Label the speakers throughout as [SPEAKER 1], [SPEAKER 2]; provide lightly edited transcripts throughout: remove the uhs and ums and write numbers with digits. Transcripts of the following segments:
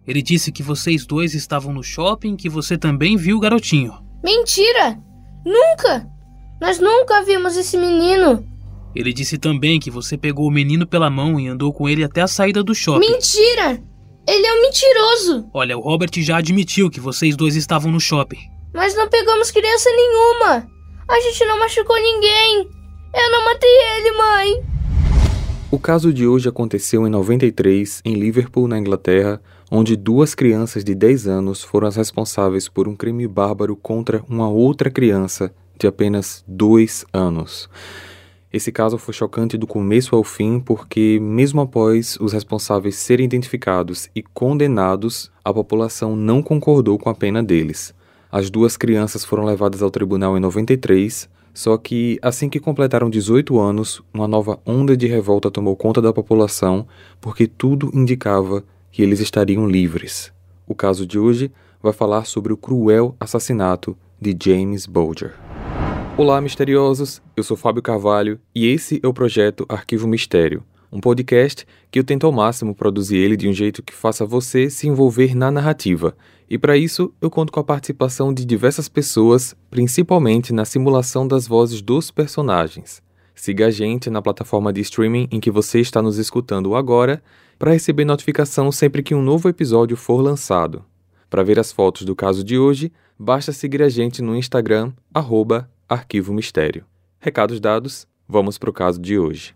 [SPEAKER 1] Ele disse que vocês dois estavam no shopping e que você também viu o garotinho.
[SPEAKER 2] Mentira! Nunca! Nós nunca vimos esse menino.
[SPEAKER 1] Ele disse também que você pegou o menino pela mão e andou com ele até a saída do shopping.
[SPEAKER 2] Mentira! Ele é um mentiroso.
[SPEAKER 1] Olha, o Robert já admitiu que vocês dois estavam no shopping.
[SPEAKER 2] Mas não pegamos criança nenhuma. A gente não machucou ninguém. Eu não matei ele, mãe.
[SPEAKER 3] O caso de hoje aconteceu em 93, em Liverpool, na Inglaterra, onde 2 crianças de 10 anos foram as responsáveis por um crime bárbaro contra uma outra criança de apenas 2 anos. Esse caso foi chocante do começo ao fim porque, mesmo após os responsáveis serem identificados e condenados, a população não concordou com a pena deles. As 2 crianças foram levadas ao tribunal em 93, só que, assim que completaram 18 anos, uma nova onda de revolta tomou conta da população porque tudo indicava que eles estariam livres. O caso de hoje vai falar sobre o cruel assassinato de James Bulger. Olá, misteriosos! Eu sou Fábio Carvalho e esse é o projeto Arquivo Mistério, um podcast que eu tento ao máximo produzir ele de um jeito que faça você se envolver na narrativa. E para isso, eu conto com a participação de diversas pessoas, principalmente na simulação das vozes dos personagens. Siga a gente na plataforma de streaming em que você está nos escutando agora para receber notificação sempre que um novo episódio for lançado. Para ver as fotos do caso de hoje, basta seguir a gente no Instagram, @Arquivo Mistério. Recados dados, vamos para o caso de hoje.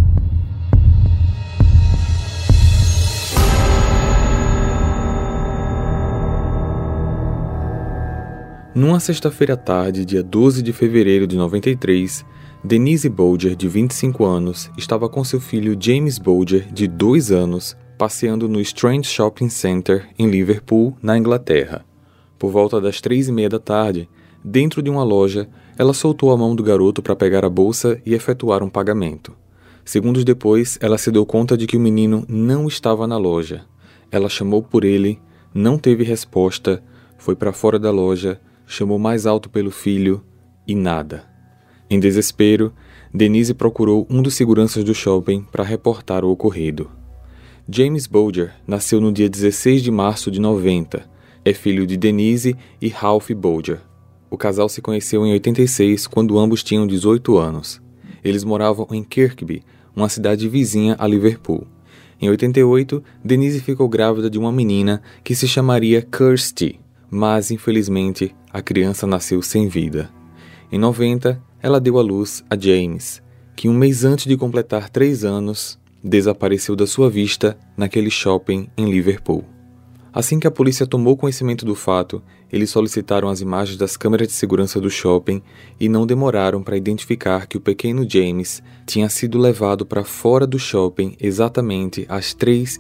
[SPEAKER 3] Numa sexta-feira à tarde, dia 12 de fevereiro de 93, Denise Bulger, de 25 anos, estava com seu filho James Bulger, de 2 anos, passeando no Strand Shopping Center, em Liverpool, na Inglaterra. Por volta das 3:30 da tarde, dentro de uma loja, ela soltou a mão do garoto para pegar a bolsa e efetuar um pagamento. Segundos depois, ela se deu conta de que o menino não estava na loja. Ela chamou por ele, não teve resposta, foi para fora da loja, chamou mais alto pelo filho e nada. Em desespero, Denise procurou um dos seguranças do shopping para reportar o ocorrido. James Bulger nasceu no dia 16 de março de 90. É filho de Denise e Ralph Bulger. O casal se conheceu em 86, quando ambos tinham 18 anos. Eles moravam em Kirkby, uma cidade vizinha a Liverpool. Em 88, Denise ficou grávida de uma menina que se chamaria Kirsty, mas, infelizmente, a criança nasceu sem vida. Em 90, ela deu à luz a James, que um mês antes de completar 3 anos, desapareceu da sua vista naquele shopping em Liverpool. Assim que a polícia tomou conhecimento do fato, eles solicitaram as imagens das câmeras de segurança do shopping e não demoraram para identificar que o pequeno James tinha sido levado para fora do shopping exatamente às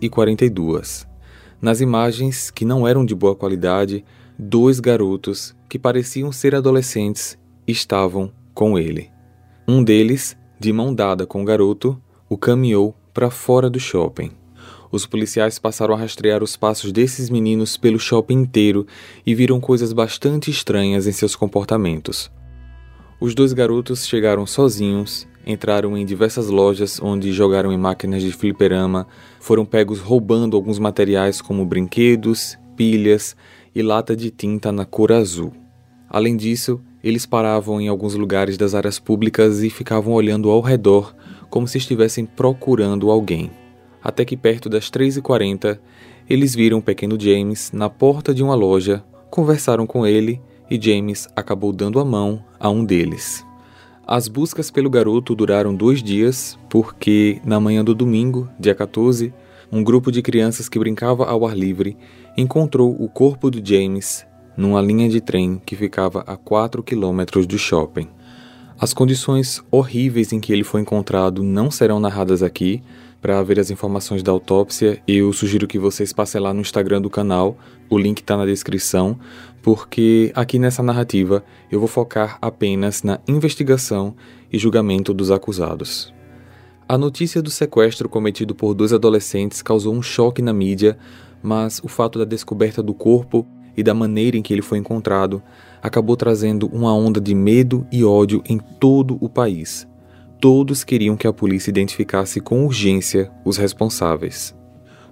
[SPEAKER 3] 3h42. Nas imagens, que não eram de boa qualidade, 2 garotos, que pareciam ser adolescentes, estavam com ele. Um deles, de mão dada com o garoto, o caminhou para fora do shopping. Os policiais passaram a rastrear os passos desses meninos pelo shopping inteiro e viram coisas bastante estranhas em seus comportamentos. Os 2 garotos chegaram sozinhos, entraram em diversas lojas onde jogaram em máquinas de fliperama, foram pegos roubando alguns materiais como brinquedos, pilhas e lata de tinta na cor azul. Além disso, eles paravam em alguns lugares das áreas públicas e ficavam olhando ao redor como se estivessem procurando alguém. Até que perto das 3h40, eles viram o pequeno James na porta de uma loja, conversaram com ele e James acabou dando a mão a um deles. As buscas pelo garoto duraram 2 dias, porque na manhã do domingo, dia 14, um grupo de crianças que brincava ao ar livre encontrou o corpo de James numa linha de trem que ficava a 4 quilômetros do shopping. As condições horríveis em que ele foi encontrado não serão narradas aqui. Para ver as informações da autópsia, eu sugiro que vocês passem lá no Instagram do canal, o link está na descrição, porque aqui nessa narrativa eu vou focar apenas na investigação e julgamento dos acusados. A notícia do sequestro cometido por 2 adolescentes causou um choque na mídia, mas o fato da descoberta do corpo e da maneira em que ele foi encontrado acabou trazendo uma onda de medo e ódio em todo o país. Todos queriam que a polícia identificasse com urgência os responsáveis.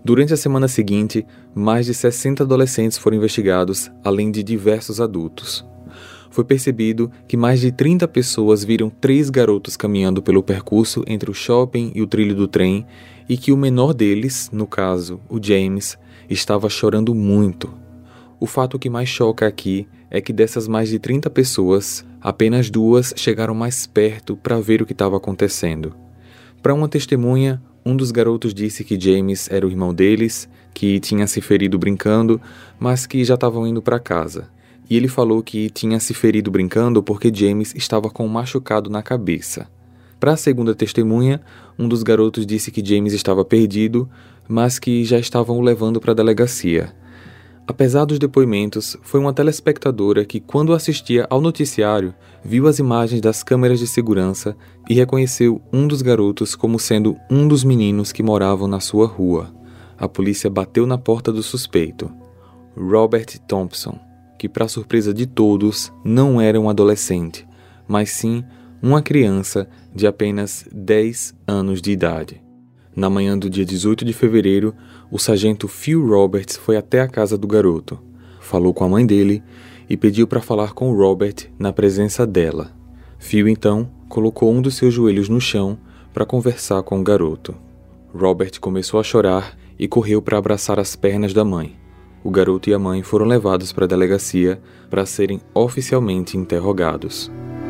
[SPEAKER 3] Durante a semana seguinte, mais de 60 adolescentes foram investigados, além de diversos adultos. Foi percebido que mais de 30 pessoas viram 3 garotos caminhando pelo percurso entre o shopping e o trilho do trem e que o menor deles, no caso, o James, estava chorando muito. O fato que mais choca aqui é que dessas mais de 30 pessoas, apenas 2 chegaram mais perto para ver o que estava acontecendo. Para uma testemunha, um dos garotos disse que James era o irmão deles, que tinha se ferido brincando, mas que já estavam indo para casa. E ele falou que tinha se ferido brincando porque James estava com um machucado na cabeça. Para a segunda testemunha, um dos garotos disse que James estava perdido, mas que já estavam o levando para a delegacia. Apesar dos depoimentos, foi uma telespectadora que, quando assistia ao noticiário, viu as imagens das câmeras de segurança e reconheceu um dos garotos como sendo um dos meninos que moravam na sua rua. A polícia bateu na porta do suspeito, Robert Thompson, que, para surpresa de todos, não era um adolescente, mas sim uma criança de apenas 10 anos de idade. Na manhã do dia 18 de fevereiro, o sargento Phil Roberts foi até a casa do garoto, falou com a mãe dele e pediu para falar com Robert na presença dela. Phil, então, colocou um dos seus joelhos no chão para conversar com o garoto. Robert começou a chorar e correu para abraçar as pernas da mãe. O garoto e a mãe foram levados para a delegacia para serem oficialmente interrogados.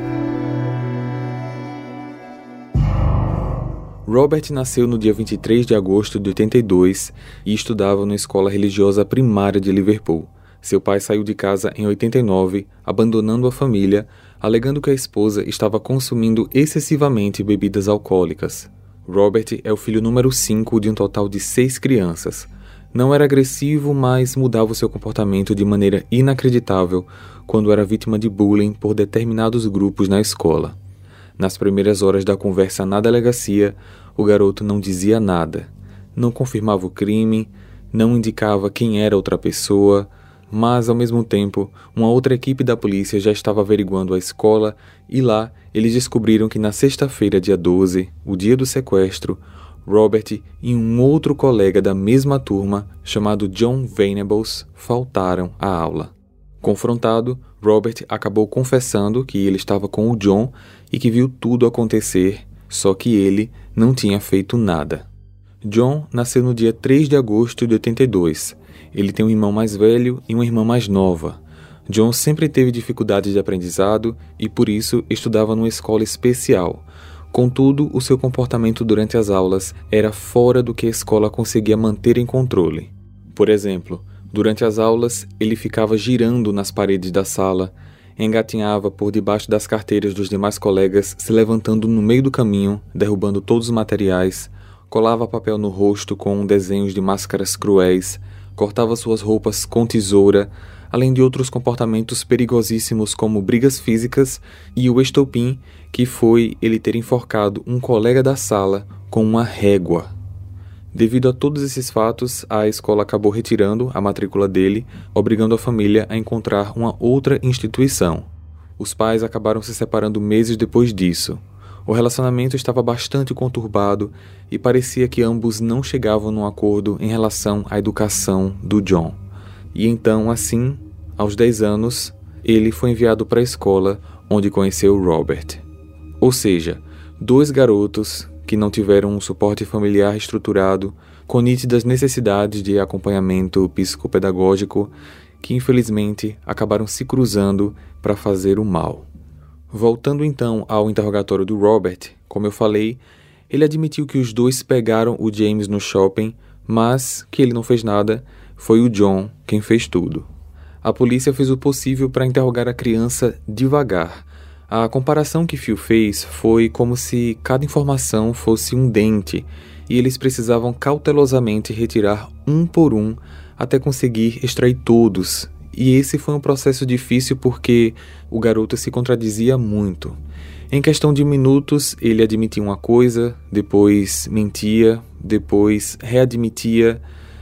[SPEAKER 3] Robert nasceu no dia 23 de agosto de 82 e estudava na escola religiosa primária de Liverpool. Seu pai saiu de casa em 89, abandonando a família, alegando que a esposa estava consumindo excessivamente bebidas alcoólicas. Robert é o filho número 5 de um total de 6 crianças. Não era agressivo, mas mudava o seu comportamento de maneira inacreditável quando era vítima de bullying por determinados grupos na escola. Nas primeiras horas da conversa na delegacia, o garoto não dizia nada, não confirmava o crime, não indicava quem era outra pessoa, mas, ao mesmo tempo, uma outra equipe da polícia já estava averiguando a escola e lá eles descobriram que na sexta-feira, dia 12, o dia do sequestro, Robert e um outro colega da mesma turma, chamado John Venables, faltaram à aula. Confrontado, Robert acabou confessando que ele estava com o John e que viu tudo acontecer, só que ele não tinha feito nada. John nasceu no dia 3 de agosto de 82. Ele tem um irmão mais velho e uma irmã mais nova. John sempre teve dificuldades de aprendizado e, por isso, estudava numa escola especial. Contudo, o seu comportamento durante as aulas era fora do que a escola conseguia manter em controle. Por exemplo, durante as aulas, ele ficava girando nas paredes da sala, engatinhava por debaixo das carteiras dos demais colegas, se levantando no meio do caminho, derrubando todos os materiais, colava papel no rosto com desenhos de máscaras cruéis, cortava suas roupas com tesoura, além de outros comportamentos perigosíssimos como brigas físicas e o estopim, que foi ele ter enforcado um colega da sala com uma régua. Devido a todos esses fatos, a escola acabou retirando a matrícula dele, obrigando a família a encontrar uma outra instituição. Os pais acabaram se separando meses depois disso. O relacionamento estava bastante conturbado e parecia que ambos não chegavam num acordo em relação à educação do John. E então, assim, aos 10 anos, ele foi enviado para a escola onde conheceu Robert. Ou seja, 2 garotos que não tiveram um suporte familiar estruturado, com nítidas necessidades de acompanhamento psicopedagógico, que infelizmente acabaram se cruzando para fazer o mal. Voltando então ao interrogatório do Robert, como eu falei, ele admitiu que os 2 pegaram o James no shopping, mas que ele não fez nada, foi o John quem fez tudo. A polícia fez o possível para interrogar a criança devagar. A comparação que Phil fez foi como se cada informação fosse um dente e eles precisavam cautelosamente retirar um por um até conseguir extrair todos. E esse foi um processo difícil porque o garoto se contradizia muito. Em questão de minutos, ele admitia uma coisa, depois mentia, depois readmitia,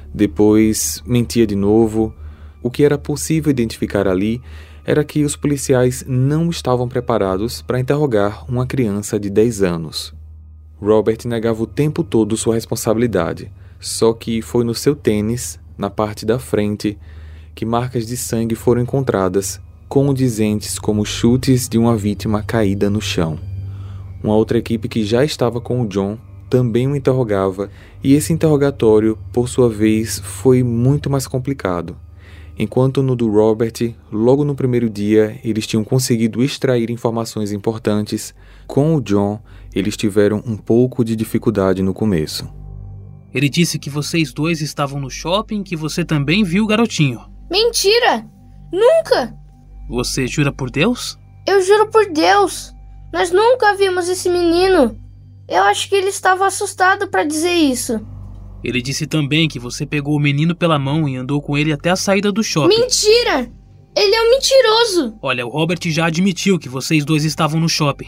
[SPEAKER 3] depois mentia de novo. O que era possível identificar ali era que os policiais não estavam preparados para interrogar uma criança de 10 anos. Robert negava o tempo todo sua responsabilidade. Só que foi no seu tênis, na parte da frente, que marcas de sangue foram encontradas, condizentes como chutes de uma vítima caída no chão. Uma outra equipe que já estava com o John também o interrogava, e esse interrogatório, por sua vez, foi muito mais complicado. Enquanto no do Robert, logo no primeiro dia, eles tinham conseguido extrair informações importantes, com o John, eles tiveram um pouco de dificuldade no começo.
[SPEAKER 1] Ele disse que vocês dois estavam no shopping, que você também viu o garotinho.
[SPEAKER 2] Mentira! Nunca!
[SPEAKER 1] Você jura por Deus?
[SPEAKER 2] Eu juro por Deus! Nós nunca vimos esse menino! Eu acho que ele estava assustado para dizer isso.
[SPEAKER 1] Ele disse também que você pegou o menino pela mão e andou com ele até a saída do shopping.
[SPEAKER 2] Mentira! Ele é um mentiroso!
[SPEAKER 1] Olha, o Robert já admitiu que vocês dois estavam no shopping.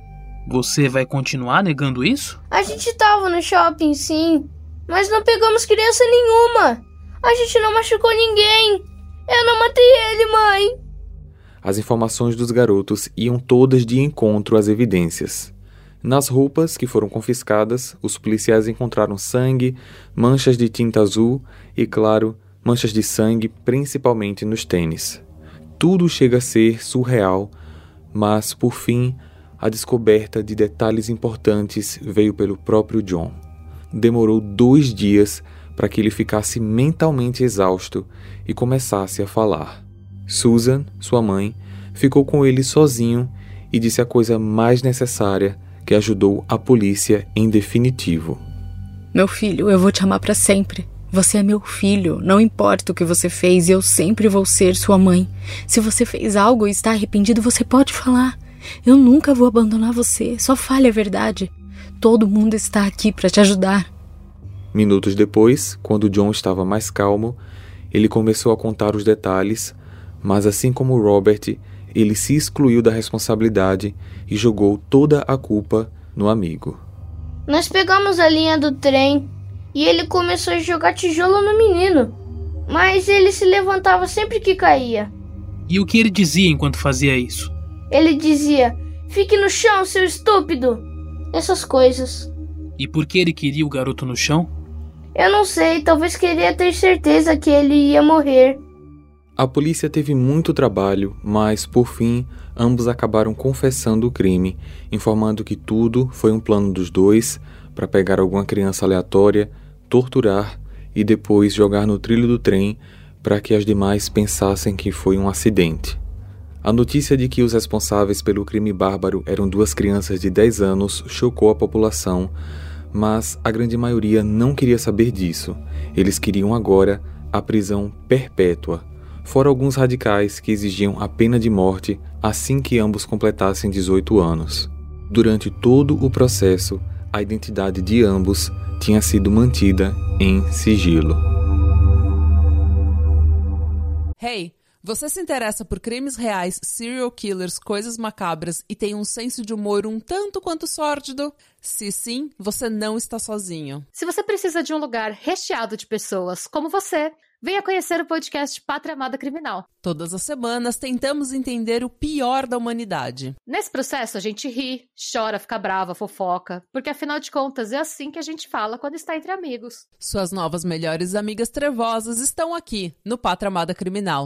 [SPEAKER 1] Você vai continuar negando isso?
[SPEAKER 2] A gente estava no shopping, sim. Mas não pegamos criança nenhuma. A gente não machucou ninguém. Eu não matei ele, mãe.
[SPEAKER 3] As informações dos garotos iam todas de encontro às evidências. Nas roupas que foram confiscadas, os policiais encontraram sangue, manchas de tinta azul e, claro, manchas de sangue, principalmente nos tênis. Tudo chega a ser surreal, mas, por fim, a descoberta de detalhes importantes veio pelo próprio John. Demorou 2 dias para que ele ficasse mentalmente exausto e começasse a falar. Susan, sua mãe, ficou com ele sozinho e disse a coisa mais necessária que ajudou a polícia em definitivo.
[SPEAKER 4] Meu filho, eu vou te amar para sempre. Você é meu filho, não importa o que você fez, eu sempre vou ser sua mãe. Se você fez algo e está arrependido, você pode falar. Eu nunca vou abandonar você, só fale a verdade. Todo mundo está aqui para te ajudar.
[SPEAKER 3] Minutos depois, quando John estava mais calmo, ele começou a contar os detalhes, mas assim como Robert, ele se excluiu da responsabilidade e jogou toda a culpa no amigo.
[SPEAKER 2] Nós pegamos a linha do trem e ele começou a jogar tijolo no menino, mas ele se levantava sempre que caía.
[SPEAKER 1] E o que ele dizia enquanto fazia isso?
[SPEAKER 2] Ele dizia, fique no chão, seu estúpido. Essas coisas.
[SPEAKER 1] E por que ele queria o garoto no chão?
[SPEAKER 2] Eu não sei, talvez queria ter certeza que ele ia morrer.
[SPEAKER 3] A polícia teve muito trabalho, mas, por fim, ambos acabaram confessando o crime, informando que tudo foi um plano dos dois para pegar alguma criança aleatória, torturar e depois jogar no trilho do trem para que as demais pensassem que foi um acidente. A notícia de que os responsáveis pelo crime bárbaro eram 2 crianças de 10 anos chocou a população, mas a grande maioria não queria saber disso. Eles queriam agora a prisão perpétua, fora alguns radicais que exigiam a pena de morte assim que ambos completassem 18 anos. Durante todo o processo, a identidade de ambos tinha sido mantida em sigilo.
[SPEAKER 5] Hey, você se interessa por crimes reais, serial killers, coisas macabras e tem um senso de humor um tanto quanto sórdido? Se sim, você não está sozinho.
[SPEAKER 6] Se você precisa de um lugar recheado de pessoas como você, venha conhecer o podcast Pátria Amada Criminal.
[SPEAKER 5] Todas as semanas tentamos entender o pior da humanidade.
[SPEAKER 6] Nesse processo a gente ri, chora, fica brava, fofoca, porque afinal de contas é assim que a gente fala quando está entre amigos.
[SPEAKER 5] Suas novas melhores amigas trevosas estão aqui, no Pátria Amada Criminal.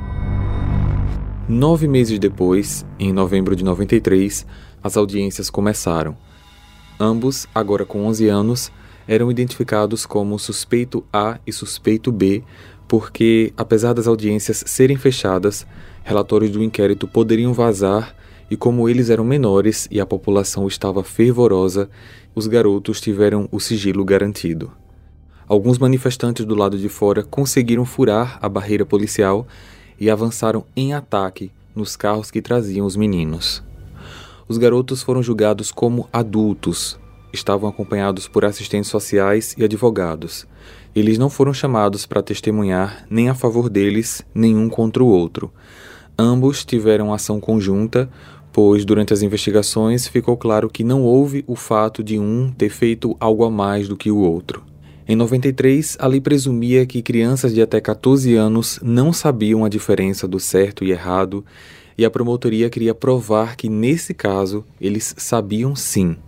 [SPEAKER 3] 9 meses depois, em novembro de 93, as audiências começaram. Ambos, agora com 11 anos, eram identificados como suspeito A e suspeito B, porque, apesar das audiências serem fechadas, relatórios do inquérito poderiam vazar e, como eles eram menores e a população estava fervorosa, os garotos tiveram o sigilo garantido. Alguns manifestantes do lado de fora conseguiram furar a barreira policial e avançaram em ataque nos carros que traziam os meninos. Os garotos foram julgados como adultos. Estavam acompanhados por assistentes sociais e advogados. Eles não foram chamados para testemunhar nem a favor deles, nem um contra o outro. Ambos tiveram ação conjunta, pois durante as investigações ficou claro que não houve o fato de um ter feito algo a mais do que o outro. Em 93, a lei presumia que crianças de até 14 anos não sabiam a diferença do certo e errado, e a promotoria queria provar que, nesse caso, eles sabiam sim.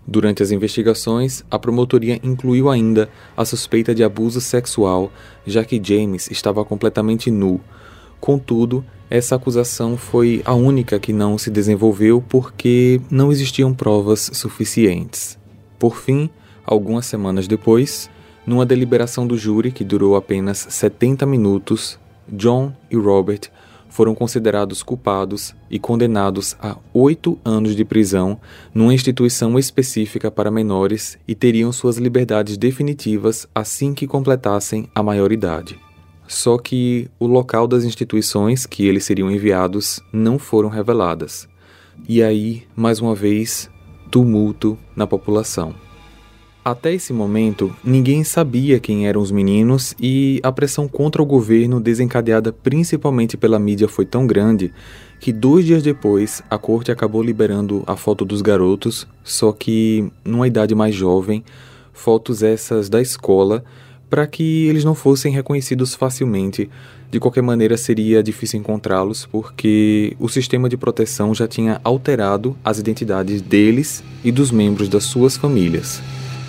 [SPEAKER 3] Durante as investigações, a promotoria incluiu ainda a suspeita de abuso sexual, já que James estava completamente nu. Contudo, essa acusação foi a única que não se desenvolveu porque não existiam provas suficientes. Por fim, algumas semanas depois, numa deliberação do júri que durou apenas 70 minutos, John e Robert foram considerados culpados e condenados a 8 anos de prisão numa instituição específica para menores e teriam suas liberdades definitivas assim que completassem a maioridade. Só que o local das instituições que eles seriam enviados não foram reveladas. E aí, mais uma vez, tumulto na população. Até esse momento, ninguém sabia quem eram os meninos e a pressão contra o governo, desencadeada principalmente pela mídia, foi tão grande que 2 dias depois a corte acabou liberando a foto dos garotos, só que numa idade mais jovem, fotos essas da escola, para que eles não fossem reconhecidos facilmente. De qualquer maneira, seria difícil encontrá-los porque o sistema de proteção já tinha alterado as identidades deles e dos membros das suas famílias.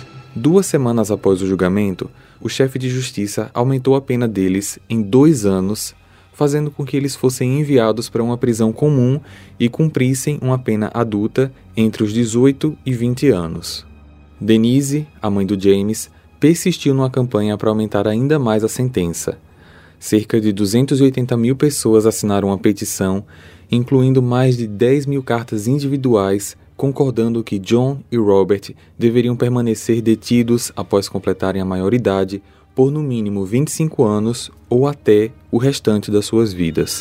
[SPEAKER 3] 2 semanas após o julgamento, o chefe de justiça aumentou a pena deles em 2 anos, fazendo com que eles fossem enviados para uma prisão comum e cumprissem uma pena adulta entre os 18 e 20 anos. Denise, a mãe do James, persistiu numa campanha para aumentar ainda mais a sentença. Cerca de 280 mil pessoas assinaram uma petição, incluindo mais de 10 mil cartas individuais, concordando que John e Robert deveriam permanecer detidos após completarem a maioridade por no mínimo 25 anos ou até o restante das suas vidas.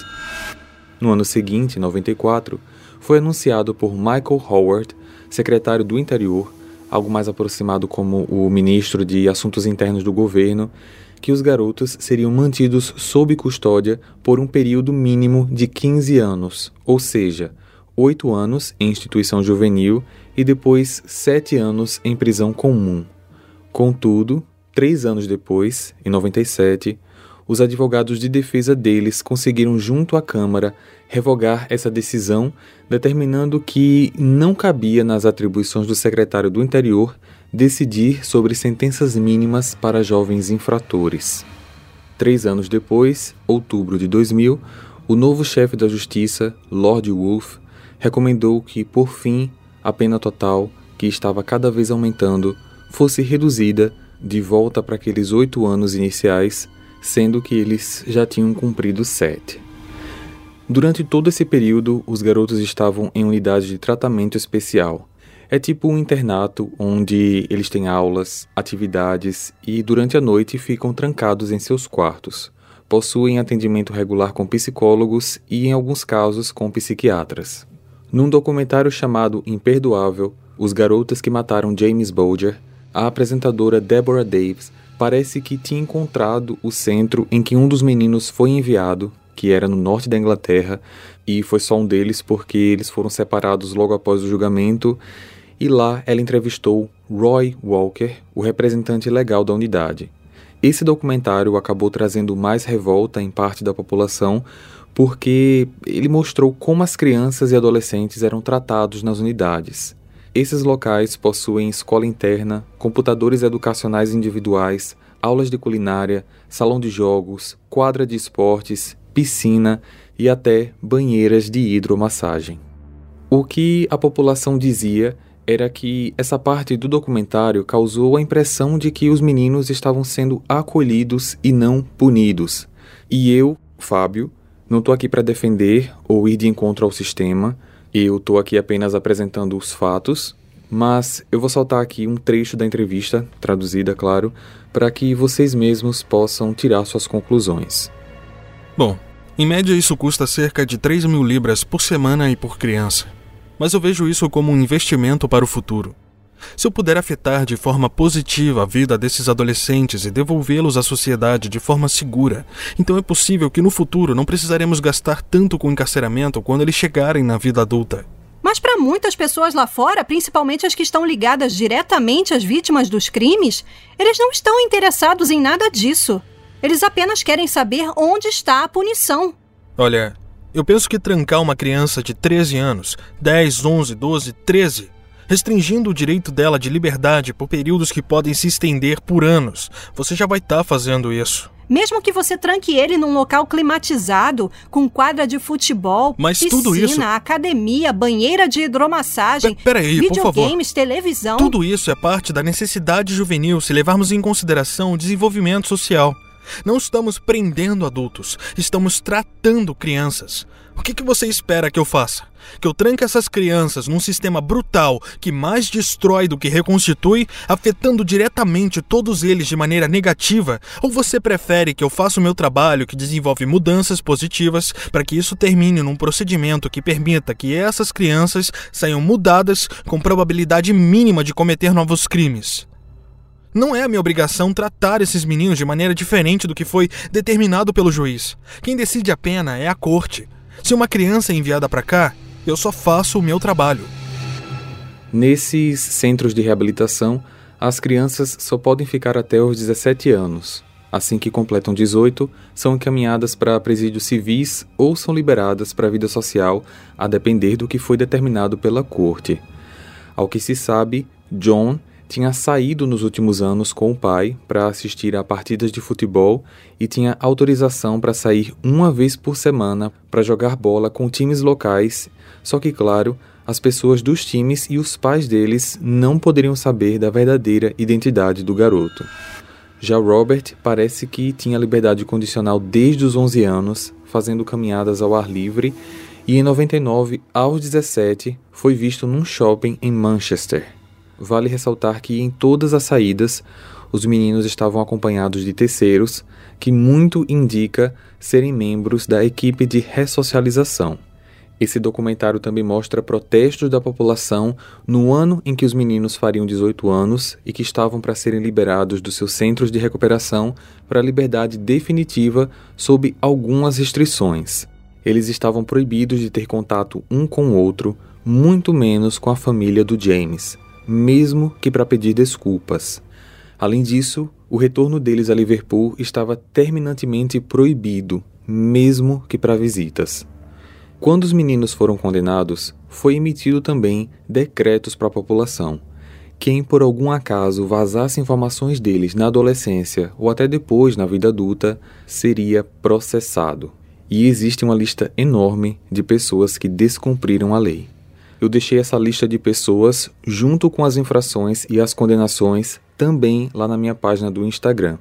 [SPEAKER 3] No ano seguinte, 94, foi anunciado por Michael Howard, secretário do Interior, algo mais aproximado como o ministro de Assuntos Internos do governo, que os garotos seriam mantidos sob custódia por um período mínimo de 15 anos, ou seja, 8 anos em instituição juvenil e depois 7 anos em prisão comum. Contudo, 3 anos depois, em 97, os advogados de defesa deles conseguiram, junto à Câmara, revogar essa decisão, determinando que não cabia nas atribuições do secretário do Interior decidir sobre sentenças mínimas para jovens infratores. 3 anos depois, outubro de 2000, o novo chefe da Justiça, Lord Wolf, recomendou que, por fim, a pena total, que estava cada vez aumentando, fosse reduzida de volta para aqueles 8 anos iniciais, sendo que eles já tinham cumprido 7. Durante todo esse período, os garotos estavam em unidade de tratamento especial. É tipo um internato onde eles têm aulas, atividades e durante a noite ficam trancados em seus quartos. Possuem atendimento regular com psicólogos e, em alguns casos, com psiquiatras. Num documentário chamado Imperdoável, Os Garotos que Mataram James Bulger, a apresentadora Deborah Davis parece que tinha encontrado o centro em que um dos meninos foi enviado, que era no norte da Inglaterra, e foi só um deles porque eles foram separados logo após o julgamento, e lá ela entrevistou Roy Walker, o representante legal da unidade. Esse documentário acabou trazendo mais revolta em parte da população, porque ele mostrou como as crianças e adolescentes eram tratados nas unidades. Esses locais possuem escola interna, computadores educacionais individuais, aulas de culinária, salão de jogos, quadra de esportes, piscina e até banheiras de hidromassagem. O que a população dizia era que essa parte do documentário causou a impressão de que os meninos estavam sendo acolhidos e não punidos. E eu, Fábio, não estou aqui para defender ou ir de encontro ao sistema. Eu estou aqui apenas apresentando os fatos, mas eu vou soltar aqui um trecho da entrevista, traduzida, claro, para que vocês mesmos possam tirar suas conclusões.
[SPEAKER 7] Bom, em média isso custa cerca de 3 mil libras por semana e por criança, mas eu vejo isso como um investimento para o futuro. Se eu puder afetar de forma positiva a vida desses adolescentes e devolvê-los à sociedade de forma segura, então é possível que no futuro não precisaremos gastar tanto com encarceramento quando eles chegarem na vida adulta.
[SPEAKER 8] Mas para muitas pessoas lá fora, principalmente as que estão ligadas diretamente às vítimas dos crimes, eles não estão interessados em nada disso. Eles apenas querem saber onde está a punição.
[SPEAKER 7] Olha, eu penso que trancar uma criança de 13 anos, 10, 11, 12, 13... restringindo o direito dela de liberdade por períodos que podem se estender por anos. Você já vai estar fazendo isso.
[SPEAKER 8] Mesmo que você tranque ele num local climatizado, com quadra de futebol,
[SPEAKER 7] mas
[SPEAKER 8] piscina,
[SPEAKER 7] tudo isso...
[SPEAKER 8] academia, banheira de hidromassagem,
[SPEAKER 7] Peraí, por favor.
[SPEAKER 8] videogames, televisão...
[SPEAKER 7] Tudo isso é parte da necessidade juvenil se levarmos em consideração o desenvolvimento social. Não estamos prendendo adultos, estamos tratando crianças. O que você espera que eu faça? Que eu tranque essas crianças num sistema brutal que mais destrói do que reconstitui, afetando diretamente todos eles de maneira negativa? Ou você prefere que eu faça o meu trabalho que desenvolve mudanças positivas para que isso termine num procedimento que permita que essas crianças saiam mudadas com probabilidade mínima de cometer novos crimes? Não é a minha obrigação tratar esses meninos de maneira diferente do que foi determinado pelo juiz. Quem decide a pena é a corte. Se uma criança é enviada para cá, eu só faço o meu trabalho.
[SPEAKER 3] Nesses centros de reabilitação, as crianças só podem ficar até os 17 anos. Assim que completam 18, são encaminhadas para presídios civis ou são liberadas para a vida social, a depender do que foi determinado pela corte. Ao que se sabe, John tinha saído nos últimos anos com o pai para assistir a partidas de futebol e tinha autorização para sair uma vez por semana para jogar bola com times locais, só que, claro, as pessoas dos times e os pais deles não poderiam saber da verdadeira identidade do garoto. Já Robert parece que tinha liberdade condicional desde os 11 anos, fazendo caminhadas ao ar livre, e em 99, aos 17, foi visto num shopping em Manchester. Vale ressaltar que em todas as saídas, os meninos estavam acompanhados de terceiros, que muito indica serem membros da equipe de ressocialização. Esse documentário também mostra protestos da população no ano em que os meninos fariam 18 anos e que estavam para serem liberados dos seus centros de recuperação para a liberdade definitiva sob algumas restrições. Eles estavam proibidos de ter contato um com o outro, muito menos com a família do James, mesmo que para pedir desculpas. Além disso, o retorno deles a Liverpool estava terminantemente proibido, mesmo que para visitas. Quando os meninos foram condenados, foi emitido também decretos para a população. Quem por algum acaso vazasse informações deles na adolescência ou até depois na vida adulta, seria processado. E existe uma lista enorme de pessoas que descumpriram a lei. Eu deixei essa lista de pessoas junto com as infrações e as condenações também lá na minha página do Instagram.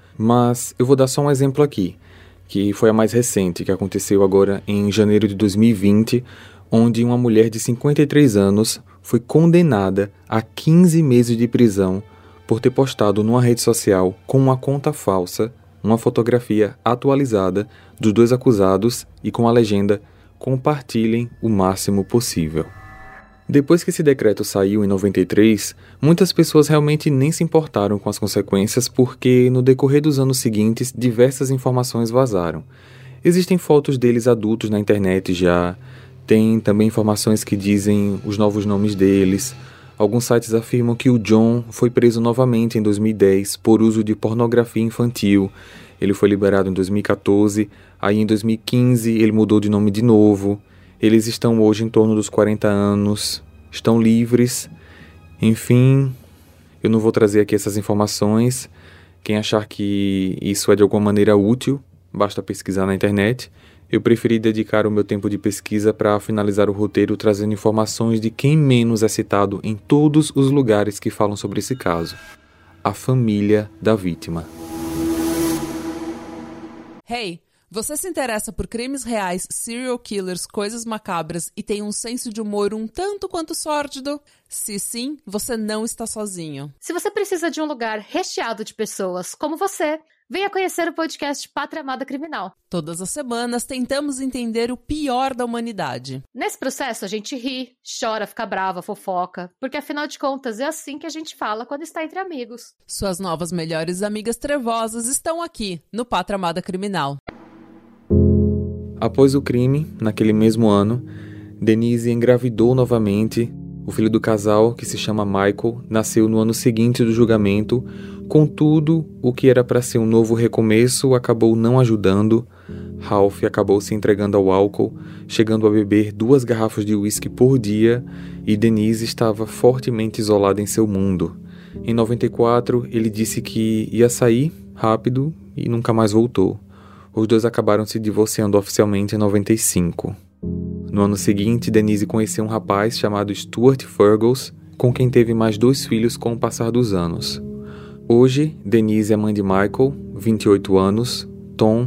[SPEAKER 3] Mas eu vou dar só um exemplo aqui, que foi a mais recente, que aconteceu agora em janeiro de 2020, onde uma mulher de 53 anos foi condenada a 15 meses de prisão por ter postado numa rede social com uma conta falsa uma fotografia atualizada dos dois acusados e com a legenda "Compartilhem o máximo possível". Depois que esse decreto saiu em 93, muitas pessoas realmente nem se importaram com as consequências porque, no decorrer dos anos seguintes, diversas informações vazaram. Existem fotos deles adultos na internet já, tem também informações que dizem os novos nomes deles. Alguns sites afirmam que o John foi preso novamente em 2010 por uso de pornografia infantil. Ele foi liberado em 2014, aí em 2015 ele mudou de nome de novo. Eles estão hoje em torno dos 40 anos, estão livres. Enfim, eu não vou trazer aqui essas informações. Quem achar que isso é de alguma maneira útil, basta pesquisar na internet. Eu preferi dedicar o meu tempo de pesquisa para finalizar o roteiro trazendo informações de quem menos é citado em todos os lugares que falam sobre esse caso: a família da vítima.
[SPEAKER 5] Hey! Você se interessa por crimes reais, serial killers, coisas macabras e tem um senso de humor um tanto quanto sórdido? Se sim, você não está sozinho.
[SPEAKER 6] Se você precisa de um lugar recheado de pessoas como você, venha conhecer o podcast Pátria Amada Criminal.
[SPEAKER 5] Todas as semanas tentamos entender o pior da humanidade.
[SPEAKER 6] Nesse processo a gente ri, chora, fica brava, fofoca, porque afinal de contas é assim que a gente fala quando está entre amigos.
[SPEAKER 5] Suas novas melhores amigas trevosas estão aqui, no Pátria Amada Criminal.
[SPEAKER 3] Após o crime, naquele mesmo ano, Denise engravidou novamente. O filho do casal, que se chama Michael, nasceu no ano seguinte do julgamento. Contudo, o que era para ser um novo recomeço acabou não ajudando. Ralph acabou se entregando ao álcool, chegando a beber 2 garrafas de uísque por dia, e Denise estava fortemente isolada em seu mundo. Em 94, ele disse que ia sair rápido e nunca mais voltou. Os dois acabaram se divorciando oficialmente em 95. No ano seguinte, Denise conheceu um rapaz chamado Stuart Fergus, com quem teve mais 2 filhos com o passar dos anos. Hoje, Denise é mãe de Michael, 28 anos, Tom,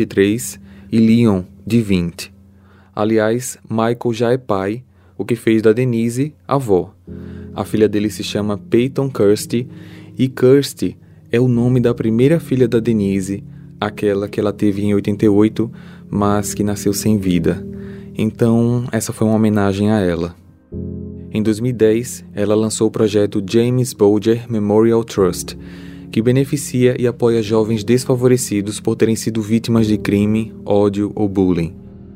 [SPEAKER 3] 23, e Leon, de 20. Aliás, Michael já é pai, o que fez da Denise avó. A filha dele se chama Peyton Kirsty, e Kirsty é o nome da primeira filha da Denise, aquela que ela teve em 88, mas que nasceu sem vida. Então, essa foi uma homenagem a ela. Em 2010, ela lançou o projeto James Bulger Memorial Trust, que beneficia e apoia jovens desfavorecidos por terem sido vítimas de crime, ódio ou bullying.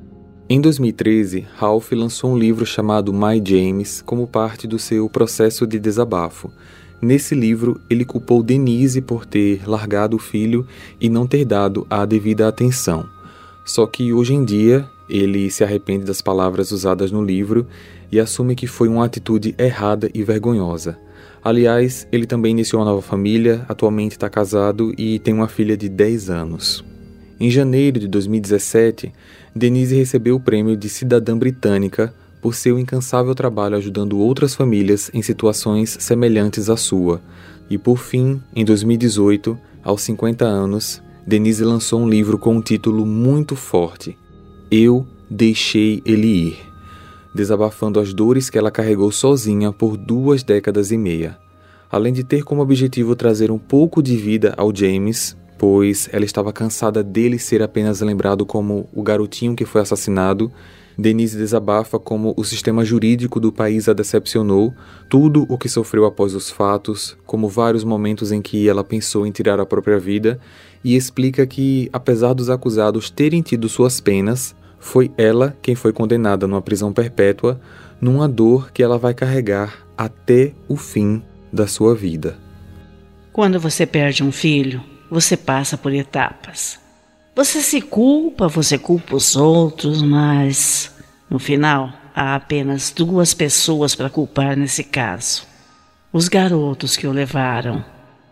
[SPEAKER 3] Em 2013, Ralph lançou um livro chamado My James como parte do seu processo de desabafo. Nesse livro, ele culpou Denise por ter largado o filho e não ter dado a devida atenção. Só que hoje em dia, ele se arrepende das palavras usadas no livro e assume que foi uma atitude errada e vergonhosa. Aliás, ele também iniciou uma nova família, atualmente está casado e tem uma filha de 10 anos. Em janeiro de 2017, Denise recebeu o prêmio de cidadã britânica por seu incansável trabalho ajudando outras famílias em situações semelhantes à sua. E por fim, em 2018, aos 50 anos, Denise lançou um livro com um título muito forte: Eu Deixei Ele Ir, desabafando as dores que ela carregou sozinha por 2 décadas e meia. Além de ter como objetivo trazer um pouco de vida ao James, pois ela estava cansada dele ser apenas lembrado como o garotinho que foi assassinado, Denise desabafa como o sistema jurídico do país a decepcionou, tudo o que sofreu após os fatos, como vários momentos em que ela pensou em tirar a própria vida, e explica que, apesar dos acusados terem tido suas penas, foi ela quem foi condenada numa prisão perpétua, numa dor que ela vai carregar até o fim da sua vida.
[SPEAKER 9] Quando você perde um filho, você passa por etapas. Você se culpa, você culpa os outros, mas no final há apenas 2 pessoas para culpar nesse caso. Os garotos que o levaram.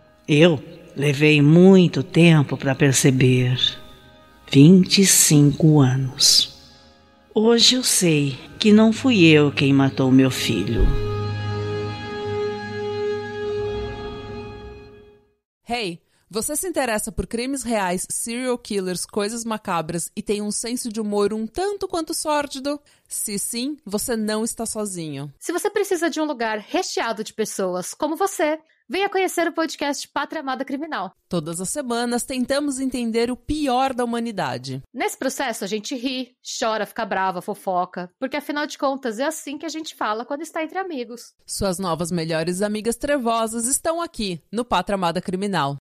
[SPEAKER 9] Eu levei muito tempo para perceber. 25 anos. Hoje eu sei que não fui eu quem matou meu filho.
[SPEAKER 5] Hey, você se interessa por crimes reais, serial killers, coisas macabras e tem um senso de humor um tanto quanto sórdido? Se sim, você não está sozinho.
[SPEAKER 6] Se você precisa de um lugar recheado de pessoas como você, venha conhecer o podcast Pátria Amada Criminal.
[SPEAKER 5] Todas as semanas tentamos entender o pior da humanidade.
[SPEAKER 6] Nesse processo a gente ri, chora, fica brava, fofoca, porque afinal de contas é assim que a gente fala quando está entre amigos.
[SPEAKER 5] Suas novas melhores amigas trevosas estão aqui no Pátria Amada Criminal.